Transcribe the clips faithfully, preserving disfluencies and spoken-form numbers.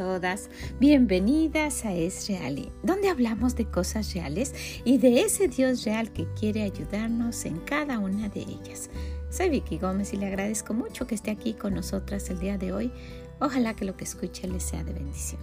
todas. Bienvenidas a Es Real, donde hablamos de cosas reales y de ese Dios real que quiere ayudarnos en cada una de ellas. Soy Vicky Gómez y le agradezco mucho que esté aquí con nosotras el día de hoy. Ojalá que lo que escuche le sea de bendición.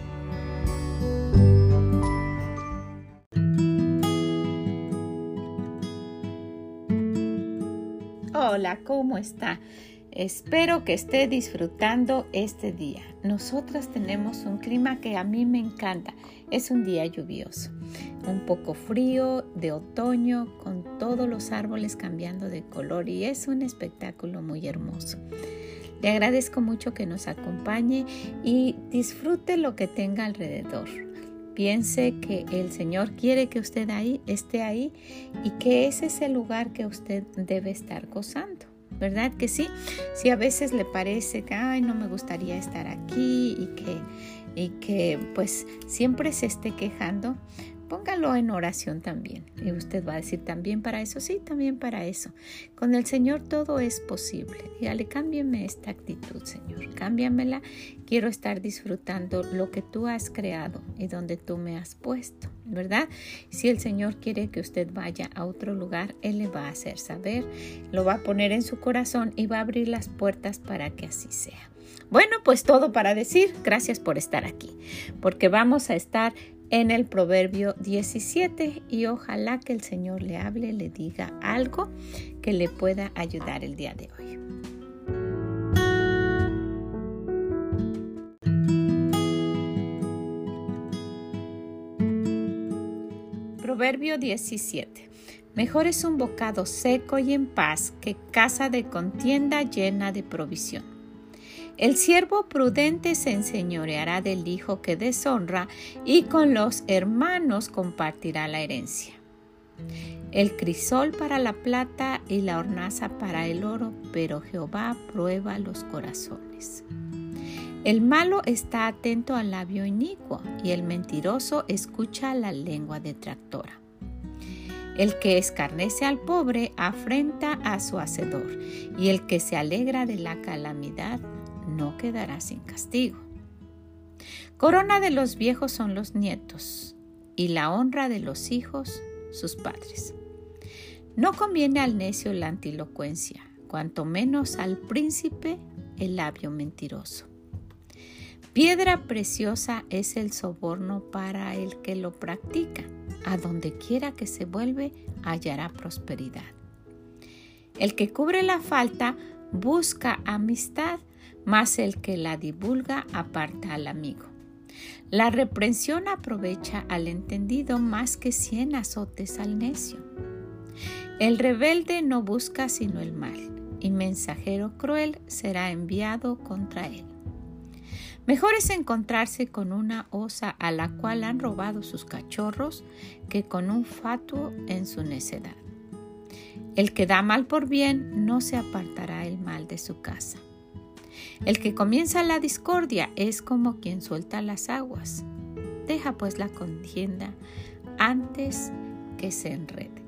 Hola, ¿cómo está? Espero que esté disfrutando este día. Nosotras tenemos un clima que a mí me encanta. Es un día lluvioso, un poco frío, de otoño, con todos los árboles cambiando de color y es un espectáculo muy hermoso. Le agradezco mucho que nos acompañe y disfrute lo que tenga alrededor. Piense que el Señor quiere que usted ahí esté ahí y que ese es el lugar que usted debe estar gozando. ¿Verdad que sí? Si a veces le parece que ay, no me gustaría estar aquí y que, y que pues siempre se esté quejando, póngalo en oración también. Y usted va a decir, ¿también para eso? Sí, también para eso. Con el Señor todo es posible. Dígale, cámbiame esta actitud, Señor. Cámbiamela. Quiero estar disfrutando lo que tú has creado y donde tú me has puesto, ¿verdad? Si el Señor quiere que usted vaya a otro lugar, Él le va a hacer saber, lo va a poner en su corazón y va a abrir las puertas para que así sea. Bueno, pues todo para decir, gracias por estar aquí, porque vamos a estar en el Proverbio diecisiete y ojalá que el Señor le hable, le diga algo que le pueda ayudar el día de hoy. Proverbio diecisiete. Mejor es un bocado seco y en paz que casa de contienda llena de provisión. El siervo prudente se enseñoreará del hijo que deshonra y con los hermanos compartirá la herencia. El crisol para la plata y la hornaza para el oro, pero Jehová prueba los corazones. El malo está atento al labio inicuo y el mentiroso escucha la lengua detractora. El que escarnece al pobre afrenta a su hacedor y el que se alegra de la calamidad no quedará sin castigo. Corona de los viejos son los nietos y la honra de los hijos sus padres. No conviene al necio la antilocuencia, cuanto menos al príncipe el labio mentiroso. Piedra preciosa es el soborno para el que lo practica. A donde quiera que se vuelve, hallará prosperidad. El que cubre la falta busca amistad, mas el que la divulga aparta al amigo. La reprensión aprovecha al entendido más que cien azotes al necio. El rebelde no busca sino el mal, y mensajero cruel será enviado contra él. Mejor es encontrarse con una osa a la cual han robado sus cachorros que con un fatuo en su necedad. El que da mal por bien no se apartará el mal de su casa. El que comienza la discordia es como quien suelta las aguas. Deja pues la contienda antes que se enrede.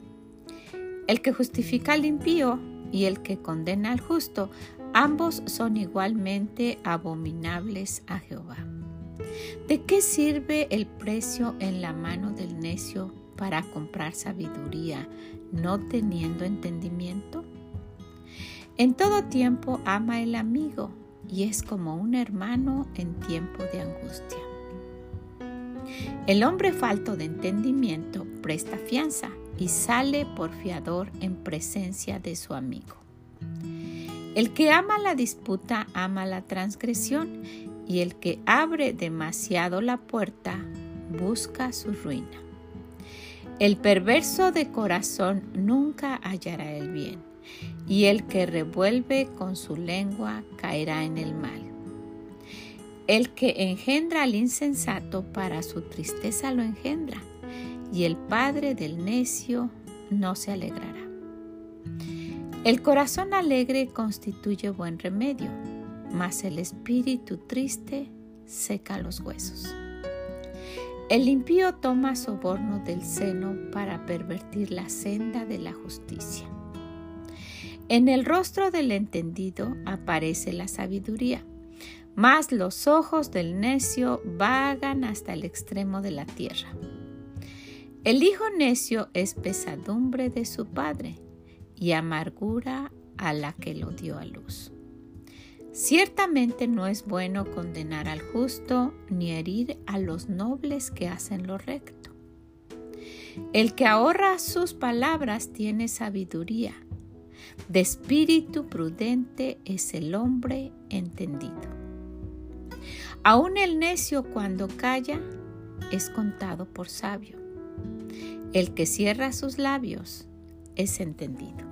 El que justifica al impío y el que condena al justo, ambos son igualmente abominables a Jehová. ¿De qué sirve el precio en la mano del necio para comprar sabiduría, no teniendo entendimiento? En todo tiempo ama el amigo y es como un hermano en tiempo de angustia. El hombre falto de entendimiento presta fianza y sale por fiador en presencia de su amigo. El que ama la disputa ama la transgresión y el que abre demasiado la puerta busca su ruina. El perverso de corazón nunca hallará el bien y el que revuelve con su lengua caerá en el mal. El que engendra al insensato para su tristeza lo engendra y el padre del necio no se alegrará. El corazón alegre constituye buen remedio, mas el espíritu triste seca los huesos. El impío toma soborno del seno para pervertir la senda de la justicia. En el rostro del entendido aparece la sabiduría, mas los ojos del necio vagan hasta el extremo de la tierra. El hijo necio es pesadumbre de su padre y amargura a la que lo dio a luz. Ciertamente no es bueno condenar al justo ni herir a los nobles que hacen lo recto. El que ahorra sus palabras tiene sabiduría. De espíritu prudente es el hombre entendido. Aun el necio cuando calla es contado por sabio. El que cierra sus labios es entendido.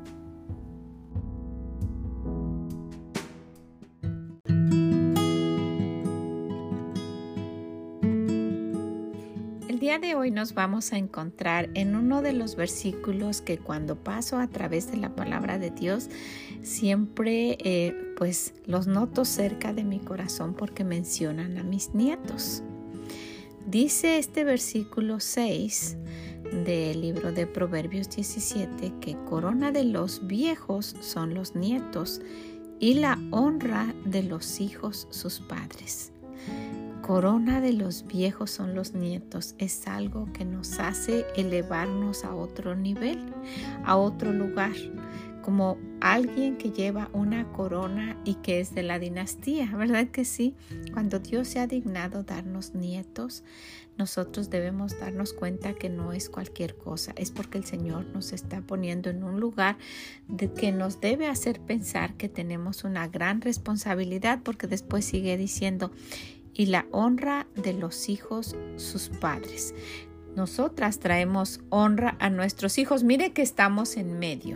El día de hoy nos vamos a encontrar en uno de los versículos que cuando paso a través de la palabra de Dios siempre eh, pues los noto cerca de mi corazón porque mencionan a mis nietos. Dice este versículo seis del libro de Proverbios diecisiete que corona de los viejos son los nietos y la honra de los hijos sus padres. Corona de los viejos son los nietos. Es algo que nos hace elevarnos a otro nivel, a otro lugar, como alguien que lleva una corona y que es de la dinastía, ¿verdad que sí? Cuando Dios se ha dignado darnos nietos, nosotros debemos darnos cuenta que no es cualquier cosa, es porque el Señor nos está poniendo en un lugar de que nos debe hacer pensar que tenemos una gran responsabilidad, porque después sigue diciendo, y la honra de los hijos sus padres. Nosotras traemos honra a nuestros hijos. Mire que estamos en medio.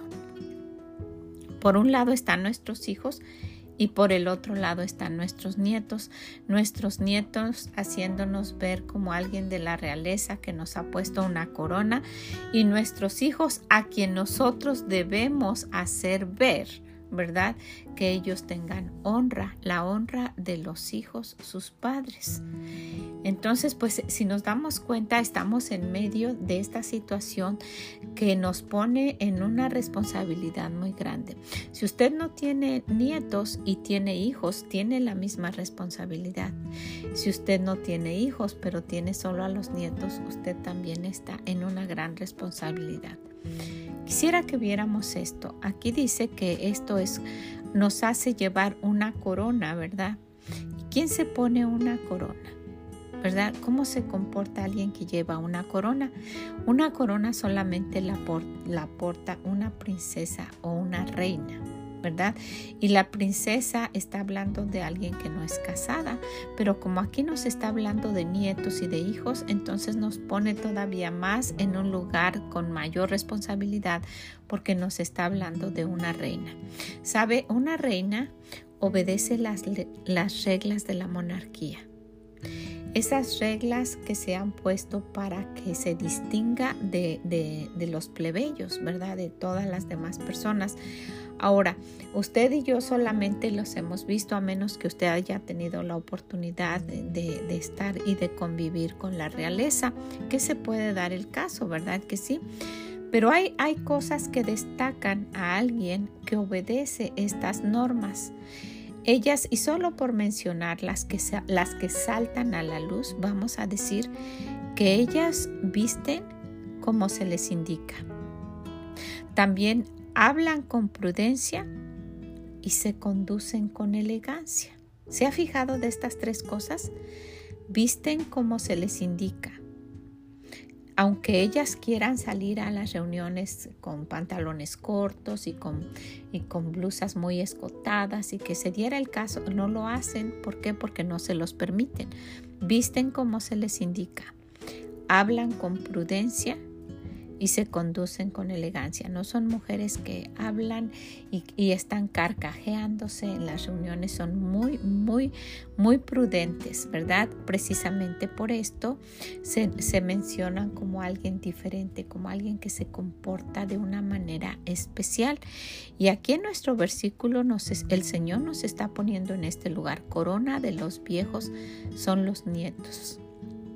Por un lado están nuestros hijos y por el otro lado están nuestros nietos. Nuestros nietos haciéndonos ver como alguien de la realeza que nos ha puesto una corona, y nuestros hijos a quien nosotros debemos hacer ver, ¿verdad? Que ellos tengan honra, la honra de los hijos, sus padres. Entonces, pues si nos damos cuenta, estamos en medio de esta situación que nos pone en una responsabilidad muy grande. Si usted no tiene nietos y tiene hijos, tiene la misma responsabilidad. Si usted no tiene hijos, pero tiene solo a los nietos, usted también está en una gran responsabilidad. Quisiera que viéramos esto. Aquí dice que esto es, nos hace llevar una corona, ¿verdad? ¿Y quién se pone una corona? ¿Verdad? ¿Cómo se comporta alguien que lleva una corona? Una corona solamente la, por, la porta una princesa o una reina, ¿verdad? Y la princesa está hablando de alguien que no es casada, pero como aquí nos está hablando de nietos y de hijos, entonces nos pone todavía más en un lugar con mayor responsabilidad, porque nos está hablando de una reina. ¿Sabe? Una reina obedece las, las reglas de la monarquía. Esas reglas que se han puesto para que se distinga de, de, de los plebeyos, ¿verdad? De todas las demás personas. Ahora, usted y yo solamente los hemos visto, a menos que usted haya tenido la oportunidad de, de, de estar y de convivir con la realeza, que se puede dar el caso, ¿verdad que sí? Pero hay, hay cosas que destacan a alguien que obedece estas normas. Ellas, y solo por mencionar las que, las que saltan a la luz, vamos a decir que ellas visten como se les indica. También hablan con prudencia y se conducen con elegancia. ¿Se ha fijado de estas tres cosas? Visten como se les indica. Aunque ellas quieran salir a las reuniones con pantalones cortos y con, y con blusas muy escotadas, y que se diera el caso, no lo hacen. ¿Por qué? Porque no se los permiten. Visten como se les indica. Hablan con prudencia y se conducen con elegancia. No son mujeres que hablan y, y están carcajeándose en las reuniones. Son muy, muy, muy prudentes, ¿verdad? Precisamente por esto se, se mencionan como alguien diferente, como alguien que se comporta de una manera especial. Y aquí en nuestro versículo nos, el Señor nos está poniendo en este lugar. Corona de los viejos son los nietos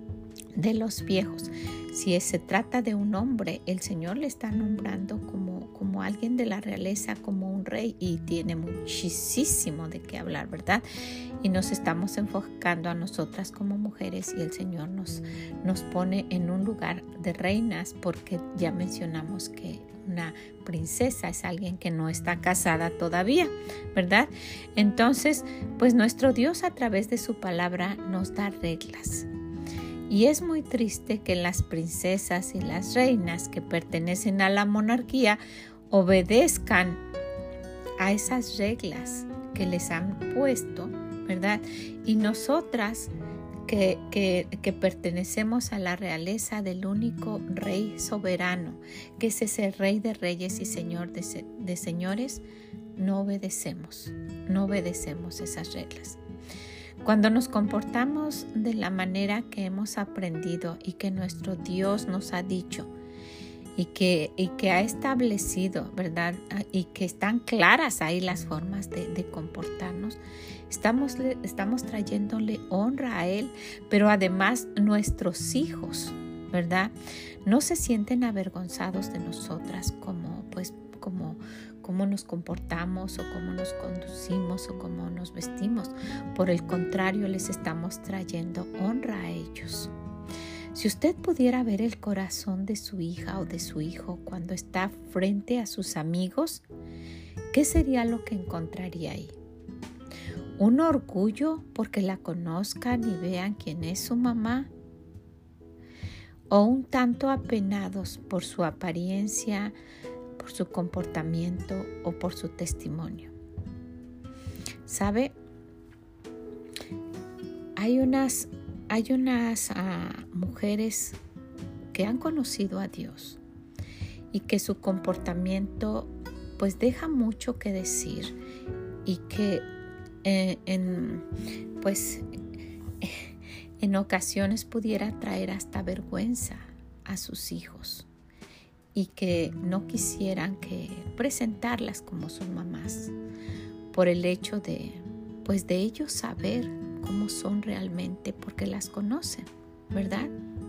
de los viejos. Si se trata de un hombre, el Señor le está nombrando como, como alguien de la realeza, como un rey, y tiene muchísimo de qué hablar, ¿verdad? Y nos estamos enfocando a nosotras como mujeres y el Señor nos, nos pone en un lugar de reinas, porque ya mencionamos que una princesa es alguien que no está casada todavía, ¿verdad? Entonces, pues nuestro Dios a través de su palabra nos da reglas. Y es muy triste que las princesas y las reinas que pertenecen a la monarquía obedezcan a esas reglas que les han puesto, ¿verdad? Y nosotras que, que, que pertenecemos a la realeza del único rey soberano, que es ese rey de reyes y señor de, se, de señores, no obedecemos, no obedecemos esas reglas. Cuando nos comportamos de la manera que hemos aprendido y que nuestro Dios nos ha dicho y que, y que ha establecido, ¿verdad? Y que están claras ahí las formas de, de comportarnos, estamos, estamos trayéndole honra a Él, pero además nuestros hijos, ¿verdad? No se sienten avergonzados de nosotras como, pues, como cómo nos comportamos o cómo nos conducimos o cómo nos vestimos. Por el contrario, les estamos trayendo honra a ellos. Si usted pudiera ver el corazón de su hija o de su hijo cuando está frente a sus amigos, ¿qué sería lo que encontraría ahí? ¿Un orgullo porque la conozcan y vean quién es su mamá? ¿O un tanto apenados por su apariencia, por su comportamiento o por su testimonio? ¿Sabe? Hay unas, hay unas uh, mujeres que han conocido a Dios y que su comportamiento pues deja mucho que decir y que eh, en, pues, en ocasiones pudiera traer hasta vergüenza a sus hijos, y que no quisieran que presentarlas como sus mamás por el hecho de, pues de ellos saber cómo son realmente porque las conocen, ¿verdad?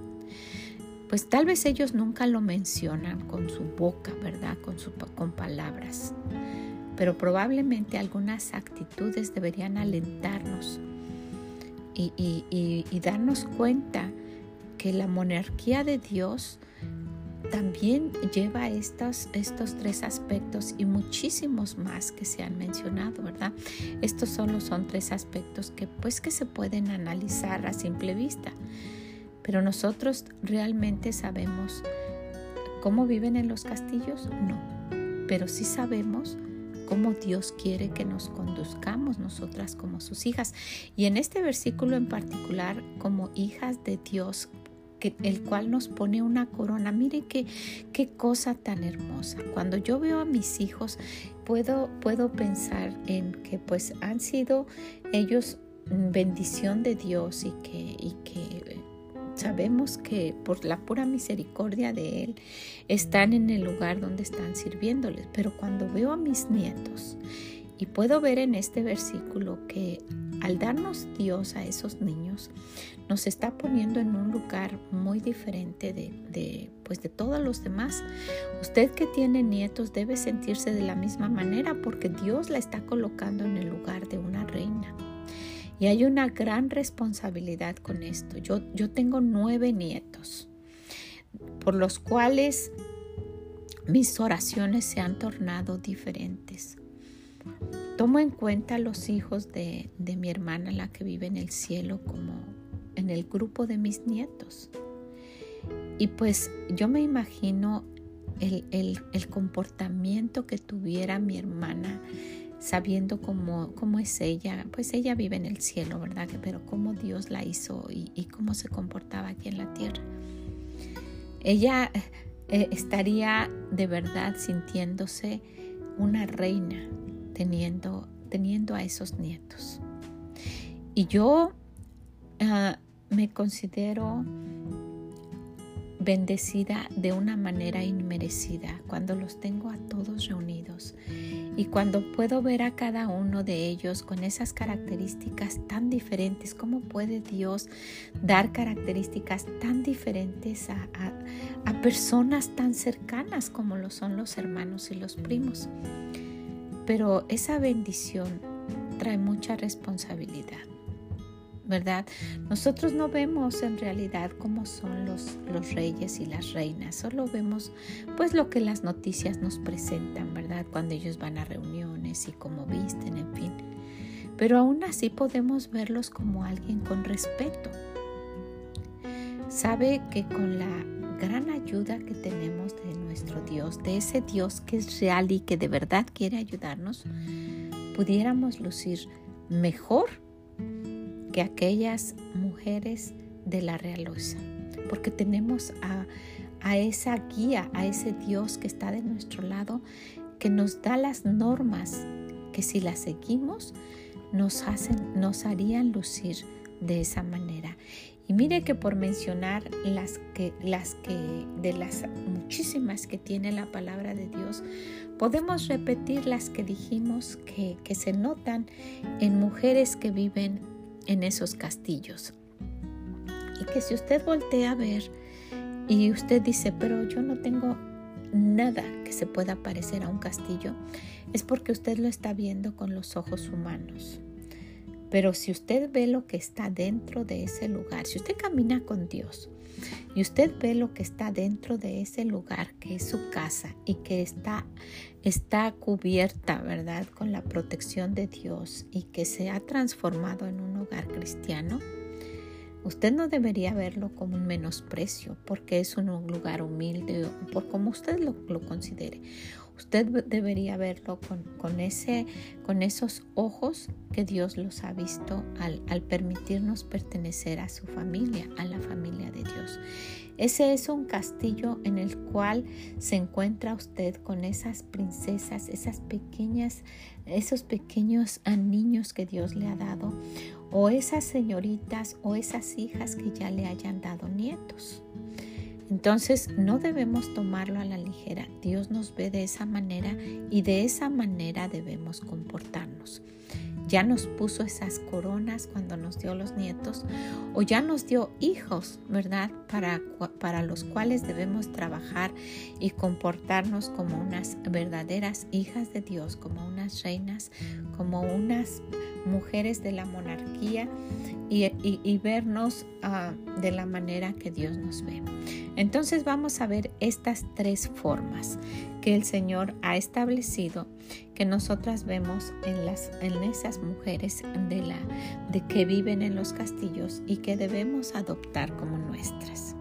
Pues tal vez ellos nunca lo mencionan con su boca, ¿verdad? Con, su, con palabras, pero probablemente algunas actitudes deberían alentarnos y, y, y, y darnos cuenta que la monarquía de Dios también lleva estos, estos tres aspectos y muchísimos más que se han mencionado, ¿verdad? Estos solo son tres aspectos que pues que se pueden analizar a simple vista, pero nosotros realmente sabemos cómo viven en los castillos, no, pero sí sabemos cómo Dios quiere que nos conduzcamos nosotras como sus hijas, y en este versículo en particular como hijas de Dios, que, el cual nos pone una corona. Mire qué, qué cosa tan hermosa. Cuando yo veo a mis hijos, puedo, puedo pensar en que pues han sido ellos bendición de Dios y que, y que sabemos que por la pura misericordia de Él están en el lugar donde están sirviéndoles. Pero cuando veo a mis nietos y puedo ver en este versículo que al darnos Dios a esos niños, nos está poniendo en un lugar muy diferente de, de, pues de todos los demás. Usted que tiene nietos debe sentirse de la misma manera porque Dios la está colocando en el lugar de una reina. Y hay una gran responsabilidad con esto. Yo, yo tengo nueve nietos, por los cuales mis oraciones se han tornado diferentes. Tomo en cuenta los hijos de, de mi hermana, la que vive en el cielo, como en el grupo de mis nietos. Y pues yo me imagino el, el, el comportamiento que tuviera mi hermana, sabiendo cómo, cómo es ella. Pues ella vive en el cielo, ¿verdad? Pero cómo Dios la hizo y, y cómo se comportaba aquí en la tierra. Ella eh, estaría de verdad sintiéndose una reina teniendo, teniendo a esos nietos. Y yo uh, me considero bendecida de una manera inmerecida cuando los tengo a todos reunidos y cuando puedo ver a cada uno de ellos con esas características tan diferentes. ¿Cómo puede Dios dar características tan diferentes a, a, a personas tan cercanas como lo son los hermanos y los primos? Pero esa bendición trae mucha responsabilidad, ¿verdad? Nosotros no vemos en realidad cómo son los, los reyes y las reinas, solo vemos pues lo que las noticias nos presentan, ¿verdad? Cuando ellos van a reuniones y cómo visten, en fin. Pero aún así podemos verlos como alguien con respeto. Sabe que con la gran ayuda que tenemos de nuestro Dios, de ese Dios que es real y que de verdad quiere ayudarnos, pudiéramos lucir mejor que aquellas mujeres de la realeza, porque tenemos a, a esa guía, a ese Dios que está de nuestro lado, que nos da las normas que si las seguimos nos hacen, nos harían lucir de esa manera. Y mire que por mencionar las que, las que de las muchísimas que tiene la palabra de Dios, podemos repetir las que dijimos que, que se notan en mujeres que viven en esos castillos. Y que si usted voltea a ver y usted dice, pero yo no tengo nada que se pueda parecer a un castillo, es porque usted lo está viendo con los ojos humanos. Pero si usted ve lo que está dentro de ese lugar, si usted camina con Dios y usted ve lo que está dentro de ese lugar, que es su casa y que está, está cubierta, ¿verdad?, con la protección de Dios y que se ha transformado en un hogar cristiano, usted no debería verlo como un menosprecio porque es un lugar humilde, por como usted lo, lo considere. Usted debería verlo con, con, ese, con esos ojos que Dios los ha visto al, al permitirnos pertenecer a su familia, a la familia de Dios. Ese es un castillo en el cual se encuentra usted con esas princesas, esas pequeñas, esos pequeños niños que Dios le ha dado, o esas señoritas o esas hijas que ya le hayan dado nietos. Entonces no debemos tomarlo a la ligera. Dios nos ve de esa manera y de esa manera debemos comportarnos. Ya nos puso esas coronas cuando nos dio los nietos, o ya nos dio hijos, ¿verdad? Para, para los cuales debemos trabajar y comportarnos como unas verdaderas hijas de Dios, como unas reinas, como unas mujeres de la monarquía y, y, y vernos uh, de la manera que Dios nos ve. Entonces vamos a ver estas tres formas que el Señor ha establecido, que nosotras vemos en, las, en esas mujeres de, la, de que viven en los castillos y que debemos adoptar como nuestras.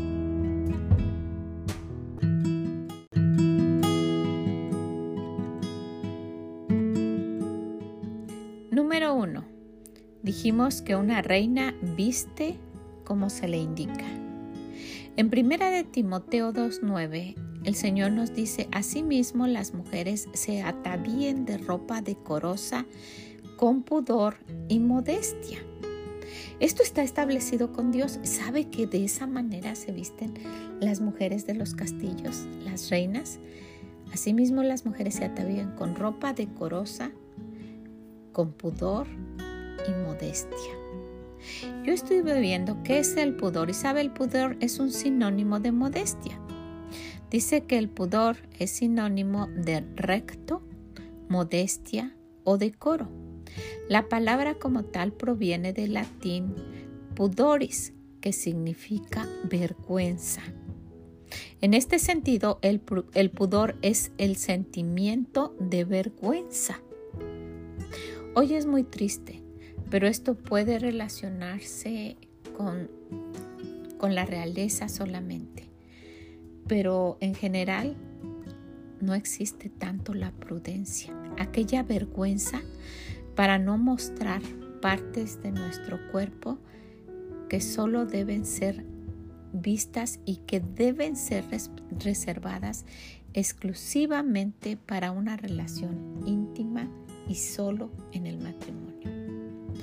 Número uno. Dijimos que una reina viste como se le indica. En primera de Timoteo dos nueve, el Señor nos dice, asimismo las mujeres se atavíen de ropa decorosa, con pudor y modestia. Esto está establecido con Dios. ¿Sabe que de esa manera se visten las mujeres de los castillos, las reinas? Asimismo las mujeres se atavían con ropa decorosa, con pudor y modestia. Yo estuve viendo qué es el pudor y sabe, el pudor es un sinónimo de modestia. Dice que el pudor es sinónimo de recto, modestia o decoro. La palabra como tal proviene del latín pudoris, que significa vergüenza. En este sentido, el, el pudor es el sentimiento de vergüenza. Hoy es muy triste, pero esto puede relacionarse con, con la realeza solamente. Pero en general no existe tanto la prudencia, aquella vergüenza para no mostrar partes de nuestro cuerpo que solo deben ser vistas y que deben ser res- reservadas exclusivamente para una relación íntima y solo en el matrimonio.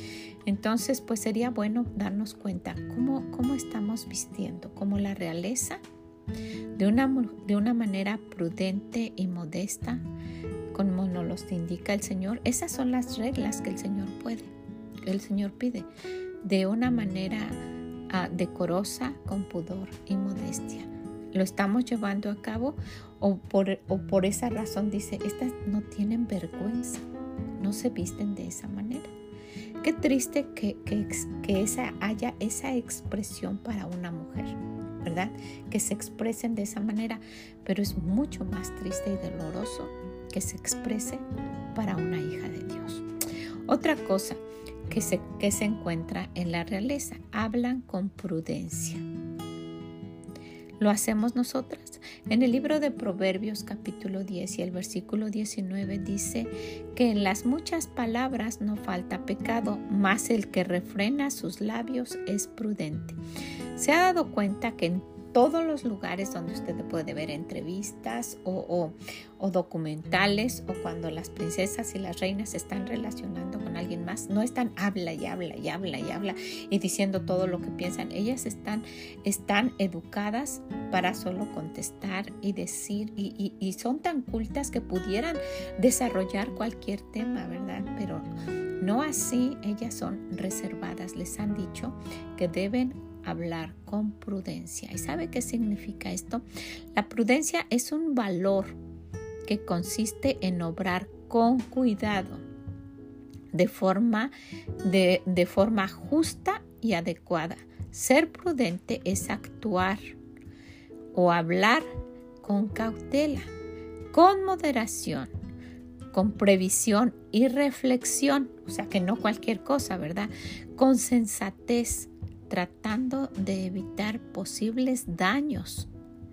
Entonces, pues sería bueno darnos cuenta cómo, cómo estamos vistiendo, como la realeza, de una, de una manera prudente y modesta, como nos los indica el Señor. Esas son las reglas que el Señor puede, que el Señor pide, de una manera uh, decorosa, con pudor y modestia. ¿Lo estamos llevando a cabo? O por, o por esa razón dice, estas no tienen vergüenza, no se visten de esa manera. Qué triste que, que, que esa, haya esa expresión para una mujer, ¿verdad? Que se expresen de esa manera, pero es mucho más triste y doloroso que se exprese para una hija de Dios. Otra cosa que se, que se encuentra en la realeza, hablan con prudencia. ¿Lo hacemos nosotras? En el libro de Proverbios capítulo diez y el versículo diecinueve dice que en las muchas palabras no falta pecado, mas el que refrena sus labios es prudente. ¿Se ha dado cuenta que en todos los lugares donde usted puede ver entrevistas o, o, o documentales, o cuando las princesas y las reinas se están relacionando con alguien más, no están habla y habla y habla y habla y diciendo todo lo que piensan? Ellas están, están educadas para solo contestar y decir, y, y, y son tan cultas que pudieran desarrollar cualquier tema, ¿verdad? Pero no así, ellas son reservadas. Les han dicho que deben hablar con prudencia. ¿Y sabe qué significa esto? La prudencia es un valor que consiste en obrar con cuidado, de forma, de, de forma justa y adecuada. Ser prudente es actuar o hablar con cautela, con moderación, con previsión y reflexión, o sea que no cualquier cosa, ¿verdad? Con sensatez, tratando de evitar posibles daños.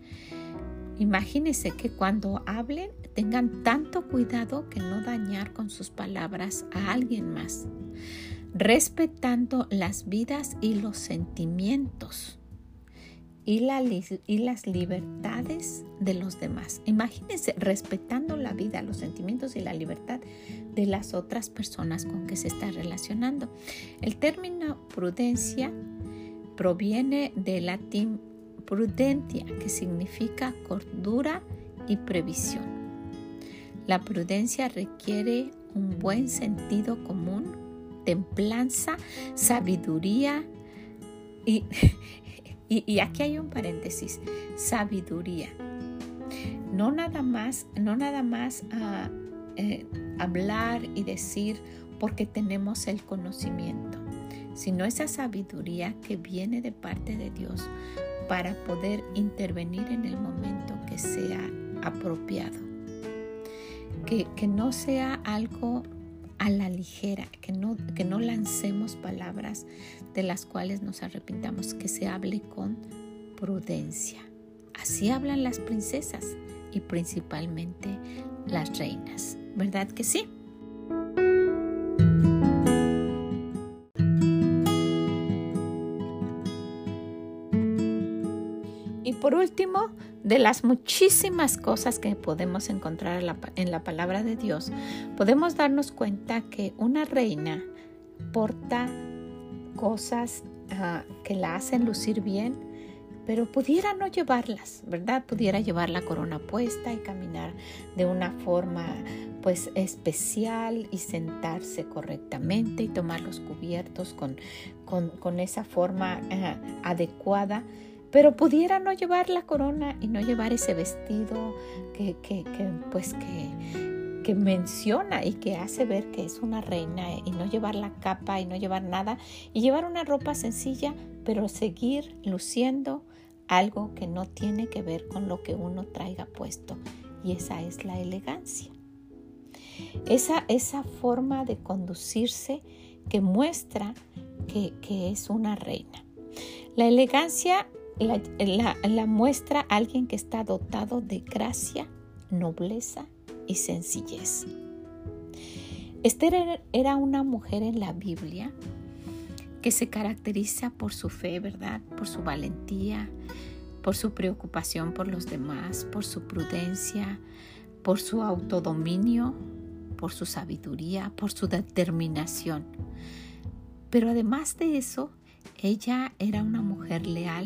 Imagínense que cuando hablen tengan tanto cuidado que no dañar con sus palabras a alguien más, respetando las vidas y los sentimientos y, la, y las libertades de los demás. Imagínense, respetando la vida, los sentimientos y la libertad de las otras personas con que se está relacionando. El término prudencia proviene del latín prudentia, que significa cordura y previsión. La prudencia requiere un buen sentido común, templanza, sabiduría y, y, y aquí hay un paréntesis, sabiduría. No nada más, no nada más uh, eh, hablar y decir porque tenemos el conocimiento, sino esa sabiduría que viene de parte de Dios para poder intervenir en el momento que sea apropiado. Que, que no sea algo a la ligera, que no, que no lancemos palabras de las cuales nos arrepintamos, que se hable con prudencia. Así hablan las princesas y principalmente las reinas, ¿verdad que sí? Y por último, de las muchísimas cosas que podemos encontrar en la, en la palabra de Dios, podemos darnos cuenta que una reina porta cosas uh, que la hacen lucir bien, pero pudiera no llevarlas, ¿verdad? Pudiera llevar la corona puesta y caminar de una forma pues especial y sentarse correctamente y tomar los cubiertos con, con, con esa forma uh, adecuada. Pero pudiera no llevar la corona y no llevar ese vestido que, que, que, pues que, que menciona y que hace ver que es una reina, y no llevar la capa y no llevar nada y llevar una ropa sencilla, pero seguir luciendo algo que no tiene que ver con lo que uno traiga puesto. Y esa es la elegancia. Esa, esa forma de conducirse que muestra que, que es una reina. La elegancia La, la, la muestra alguien que está dotado de gracia, nobleza y sencillez. Esther era una mujer en la Biblia que se caracteriza por su fe, ¿verdad? Por su valentía, por su preocupación por los demás, por su prudencia, por su autodominio, por su sabiduría, por su determinación. pero además de eso, ella era una mujer leal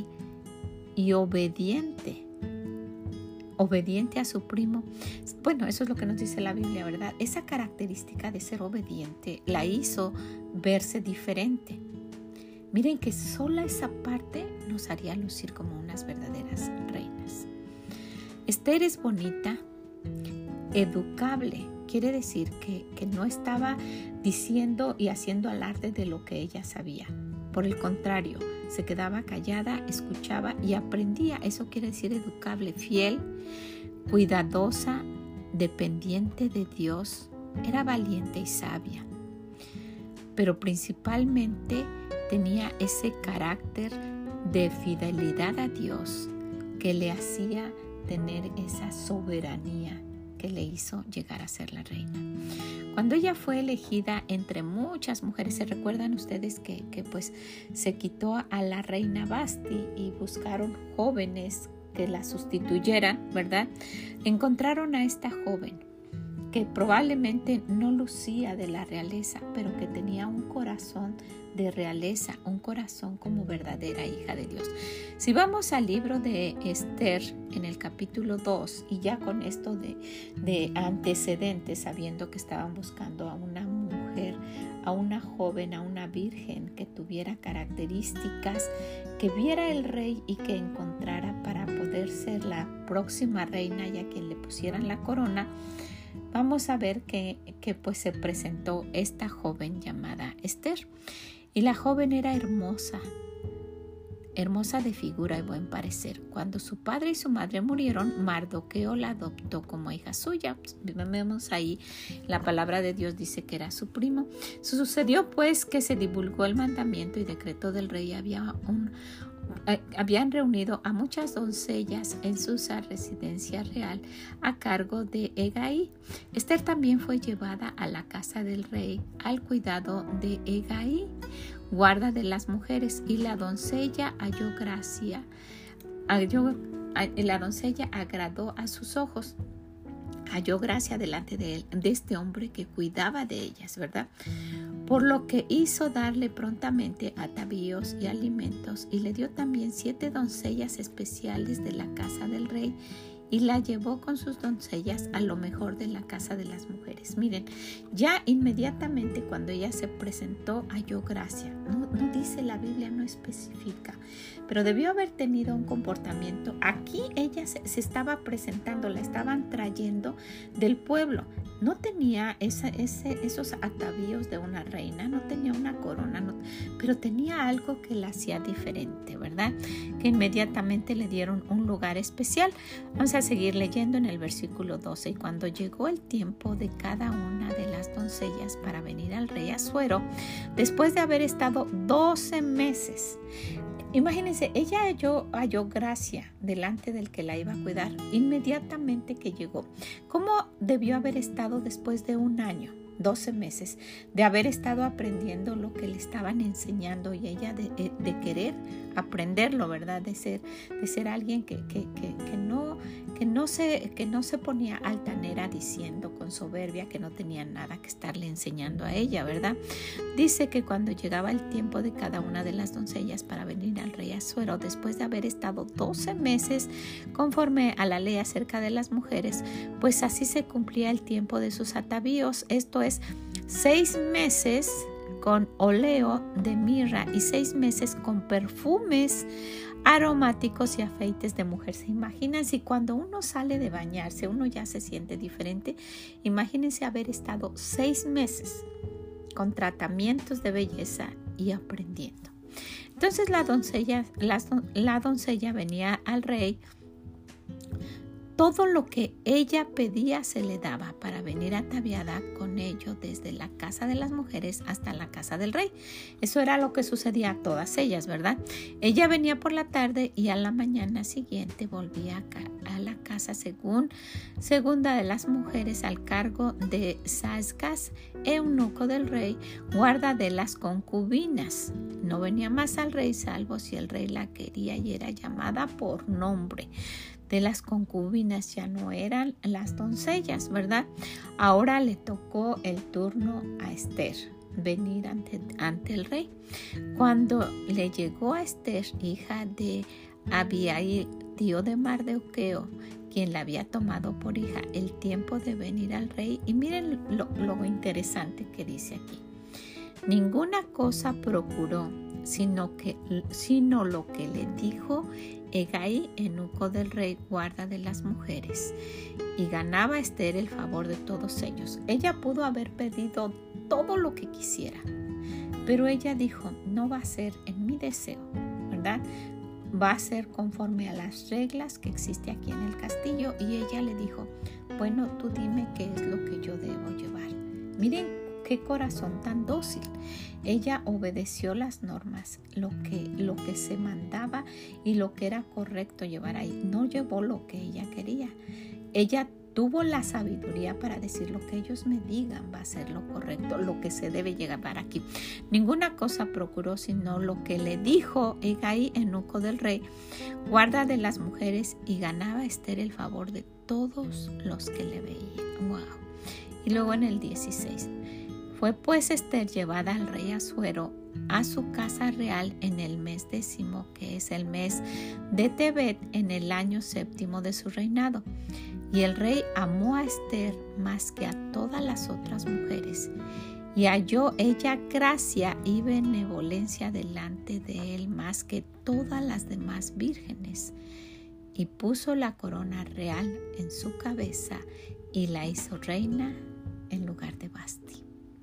y obediente. Obediente a su primo. Bueno, eso es lo que nos dice la Biblia, ¿verdad? Esa característica de ser obediente la hizo verse diferente. Miren que sola esa parte nos haría lucir como unas verdaderas reinas. Esther es bonita, educable. Quiere decir que, que no estaba diciendo y haciendo alarde de lo que ella sabía. Por el contrario, se quedaba callada, escuchaba y aprendía. Eso quiere decir educable, fiel, cuidadosa, dependiente de Dios. Era valiente y sabia. Pero principalmente tenía ese carácter de fidelidad a Dios que le hacía tener esa soberanía que le hizo llegar a ser la reina. Cuando ella fue elegida entre muchas mujeres, ¿se recuerdan ustedes que, que pues se quitó a la reina Vasti y buscaron jóvenes que la sustituyeran, ¿verdad? Encontraron a esta joven que probablemente no lucía de la realeza, pero que tenía un corazón de realeza, un corazón como verdadera hija de Dios. Si vamos al libro de Esther en el capítulo dos, y ya con esto de, de antecedentes, sabiendo que estaban buscando a una mujer, a una joven, a una virgen que tuviera características que viera el rey y que encontrara para poder ser la próxima reina y a quien le pusieran la corona, vamos a ver que, que pues se presentó esta joven llamada Esther. Y la joven era hermosa, hermosa de figura y buen parecer. Cuando su padre y su madre murieron, Mardoqueo la adoptó como hija suya. Vemos ahí, la palabra de Dios dice que era su primo. Sucedió pues que se divulgó el mandamiento y decreto del rey. Había un Habían reunido a muchas doncellas en su residencia real a cargo de Hegai. Esther también fue llevada a la casa del rey al cuidado de Hegai, guarda de las mujeres, y la doncella halló gracia, halló, la doncella agradó a sus ojos. Halló gracia delante de él, de este hombre que cuidaba de ellas, ¿verdad? Por lo que hizo darle prontamente atavíos y alimentos, y le dio también siete doncellas especiales de la casa del rey, y la llevó con sus doncellas a lo mejor de la casa de las mujeres. Miren, ya inmediatamente cuando ella se presentó, halló gracia. No, no dice la Biblia, no especifica, pero debió haber tenido un comportamiento. Aquí ella se, se estaba presentando, la estaban trayendo del pueblo. No tenía esa, ese, esos atavíos de una reina, no tenía una corona, no, pero tenía algo que la hacía diferente, ¿verdad? Que inmediatamente le dieron un lugar especial. Vamos a seguir leyendo en el versículo doce. Y cuando llegó el tiempo de cada una de las doncellas para venir al rey Asuero, después de haber estado doce meses, imagínense, ella halló, halló gracia delante del que la iba a cuidar inmediatamente que llegó. ¿Cómo debió haber estado después de un año, doce meses, de haber estado aprendiendo lo que le estaban enseñando, y ella de, de, de querer aprenderlo, ¿verdad? De ser, de ser alguien que, que, que, que, no, que, no se, que no se ponía altanera diciendo con soberbia que no tenía nada que estarle enseñando a ella, ¿verdad? Dice que cuando llegaba el tiempo de cada una de las doncellas para venir al rey Asuero, después de haber estado doce meses conforme a la ley acerca de las mujeres, pues así se cumplía el tiempo de sus atavíos, esto es, seis meses con óleo de mirra y seis meses con perfumes aromáticos y afeites de mujer. ¿Se imaginan? Si cuando uno sale de bañarse uno ya se siente diferente, imagínense haber estado seis meses con tratamientos de belleza y aprendiendo. Entonces la doncella, la, la doncella venía al rey. Todo lo que ella pedía se le daba para venir ataviada con ello desde la casa de las mujeres hasta la casa del rey. Eso era lo que sucedía a todas ellas, ¿verdad? Ella venía por la tarde y a la mañana siguiente volvía a la casa según segunda de las mujeres al cargo de Saasgaz, eunuco del rey, guarda de las concubinas. No venía más al rey salvo si el rey la quería y era llamada por nombre. De las concubinas ya no eran las doncellas, ¿verdad? Ahora le tocó el turno a Esther. venir ante, ante el rey. Cuando le llegó a Esther, hija de Abihail, tío de Mardoqueo, quien la había tomado por hija, el tiempo de venir al rey, y miren lo, lo interesante que dice aquí. Ninguna cosa procuró, sino, que, sino lo que le dijo Hegai, eunuco del rey, guarda de las mujeres, y ganaba a Esther el favor de todos ellos. Ella pudo haber pedido todo lo que quisiera, pero ella dijo, no va a ser en mi deseo, ¿verdad? Va a ser conforme a las reglas que existe aquí en el castillo. Y ella le dijo, bueno, tú dime qué es lo que yo debo llevar. Miren qué corazón tan dócil. Ella obedeció las normas, lo que, lo que se mandaba y lo que era correcto llevar ahí. No llevó lo que ella quería. Ella tuvo la sabiduría para decir, lo que ellos me digan va a ser lo correcto, lo que se debe llevar aquí. Ninguna cosa procuró, sino lo que le dijo Hegai, eunuco del rey, guarda de las mujeres, y ganaba a Esther el favor de todos los que le veían. Wow. Y luego en el dieciséis, fue pues Esther llevada al rey Asuero a su casa real en el mes décimo, que es el mes de Tebet, en el año séptimo de su reinado. Y el rey amó a Esther más que a todas las otras mujeres, y halló ella gracia y benevolencia delante de él más que todas las demás vírgenes. Y puso la corona real en su cabeza y la hizo reina en lugar de Vasti.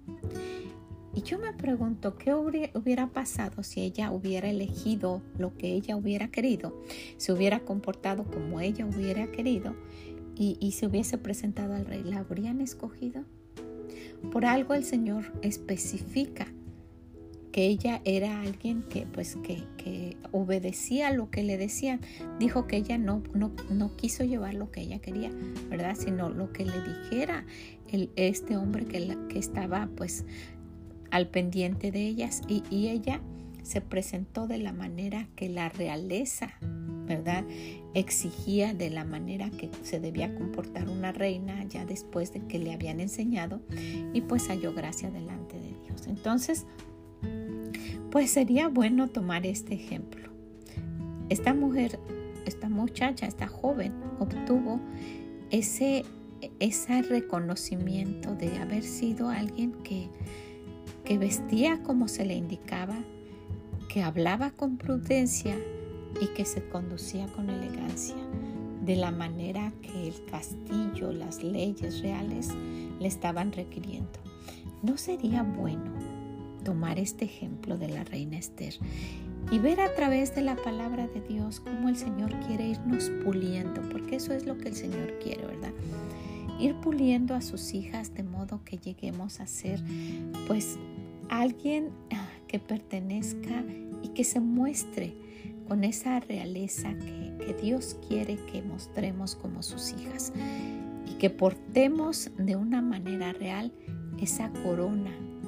Y yo me pregunto, ¿qué hubiera pasado si ella hubiera elegido lo que ella hubiera querido? Se hubiera comportado como ella hubiera querido y, y se hubiese presentado al rey. ¿La habrían escogido? Por algo el Señor especifica que ella era alguien que, pues, que, que obedecía lo que le decían. Dijo que ella no, no, no quiso llevar lo que ella quería, ¿verdad? Sino lo que le dijera el, este hombre que, la, que estaba pues al pendiente de ellas. Y, y ella se presentó de la manera que la realeza, ¿verdad?, exigía, de la manera que se debía comportar una reina ya después de que le habían enseñado, y pues halló gracia delante de Dios. Entonces, pues sería bueno tomar este ejemplo. Esta mujer, esta muchacha, esta joven obtuvo ese, ese reconocimiento de haber sido alguien que, que vestía como se le indicaba, que hablaba con prudencia y que se conducía con elegancia, de la manera que el castillo, las leyes reales le estaban requiriendo. ¿No sería bueno tomar este ejemplo de la reina Esther y ver a través de la palabra de Dios cómo el Señor quiere irnos puliendo? Porque eso es lo que el Señor quiere, ¿verdad? Ir puliendo a sus hijas de modo que lleguemos a ser pues alguien que pertenezca y que se muestre con esa realeza que, que Dios quiere que mostremos como sus hijas, y que portemos de una manera real esa corona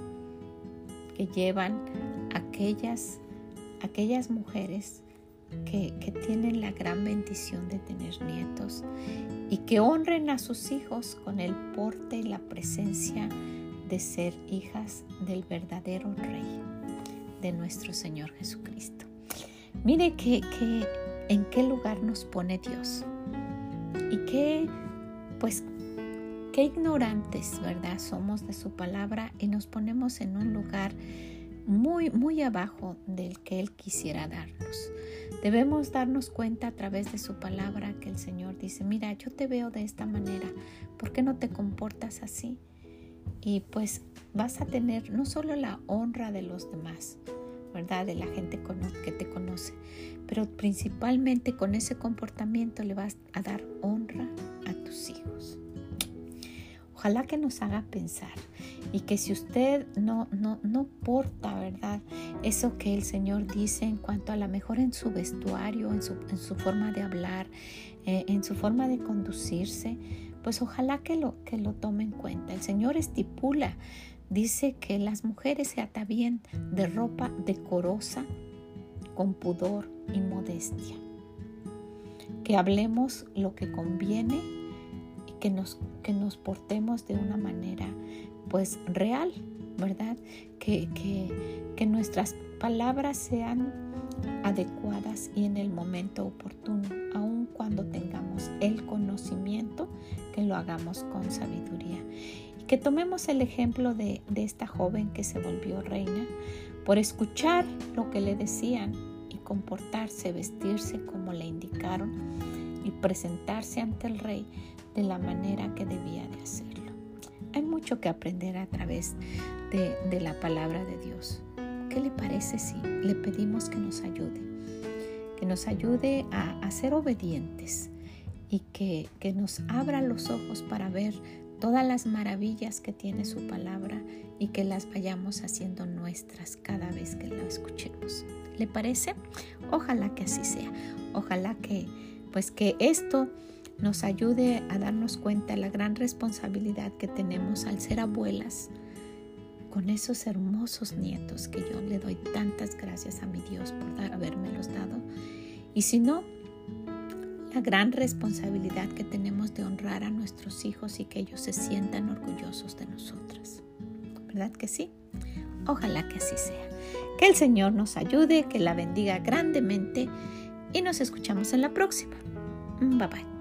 que llevan aquellas, aquellas mujeres que, que tienen la gran bendición de tener nietos, y que honren a sus hijos con el porte y la presencia de ser hijas del verdadero Rey, de nuestro Señor Jesucristo. Mire que, que en qué lugar nos pone Dios, y qué, pues, qué ignorantes, ¿verdad?, somos de su palabra, y nos ponemos en un lugar muy, muy abajo del que Él quisiera darnos. Debemos darnos cuenta a través de su palabra que el Señor dice, mira, yo te veo de esta manera, ¿por qué no te comportas así? Y pues vas a tener no solo la honra de los demás, ¿verdad?, de la gente que te conoce, pero principalmente con ese comportamiento le vas a dar honra a tus hijos. Ojalá que nos haga pensar, y que si usted no, no, no porta, ¿verdad?, eso que el Señor dice en cuanto a la mejor en su vestuario, en su, en su forma de hablar, eh, en su forma de conducirse, pues ojalá que lo, que lo tome en cuenta. El Señor estipula, dice que las mujeres se atavíen de ropa decorosa, con pudor y modestia. Que hablemos lo que conviene y que nos, que nos portemos de una manera pues real, ¿verdad? Que, que, que nuestras palabras sean adecuadas y en el momento oportuno, aun cuando tengamos el conocimiento, que lo hagamos con sabiduría. Y que tomemos el ejemplo de, de esta joven que se volvió reina por escuchar lo que le decían y comportarse, vestirse como le indicaron y presentarse ante el rey de la manera que debía de hacerlo. Hay mucho que aprender a través de, de la palabra de Dios. ¿Qué le parece si le pedimos que nos ayude? Que nos ayude a, a ser obedientes y que, que nos abra los ojos para ver todas las maravillas que tiene su palabra y que las vayamos haciendo nuestras cada vez que la escuchemos. ¿Le parece? Ojalá que así sea. Ojalá que, pues que esto nos ayude a darnos cuenta de la gran responsabilidad que tenemos al ser abuelas con esos hermosos nietos que yo le doy tantas gracias a mi Dios por dar, habérmelos dado. Y si no, la gran responsabilidad que tenemos de honrar a nuestros hijos y que ellos se sientan orgullosos de nosotras. ¿Verdad que sí? Ojalá que así sea. Que el Señor nos ayude, que la bendiga grandemente y nos escuchamos en la próxima. Bye bye.